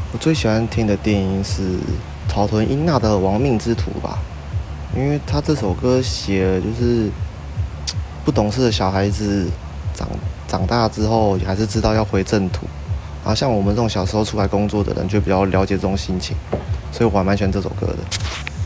我最喜欢听的电音是草屯英娜的《亡命之徒》吧，因为他这首歌写了就是不懂事的小孩子长大之后还是知道要回正途，然后像我们这种小时候出来工作的人就比较了解这种心情，所以我还蛮喜欢这首歌的。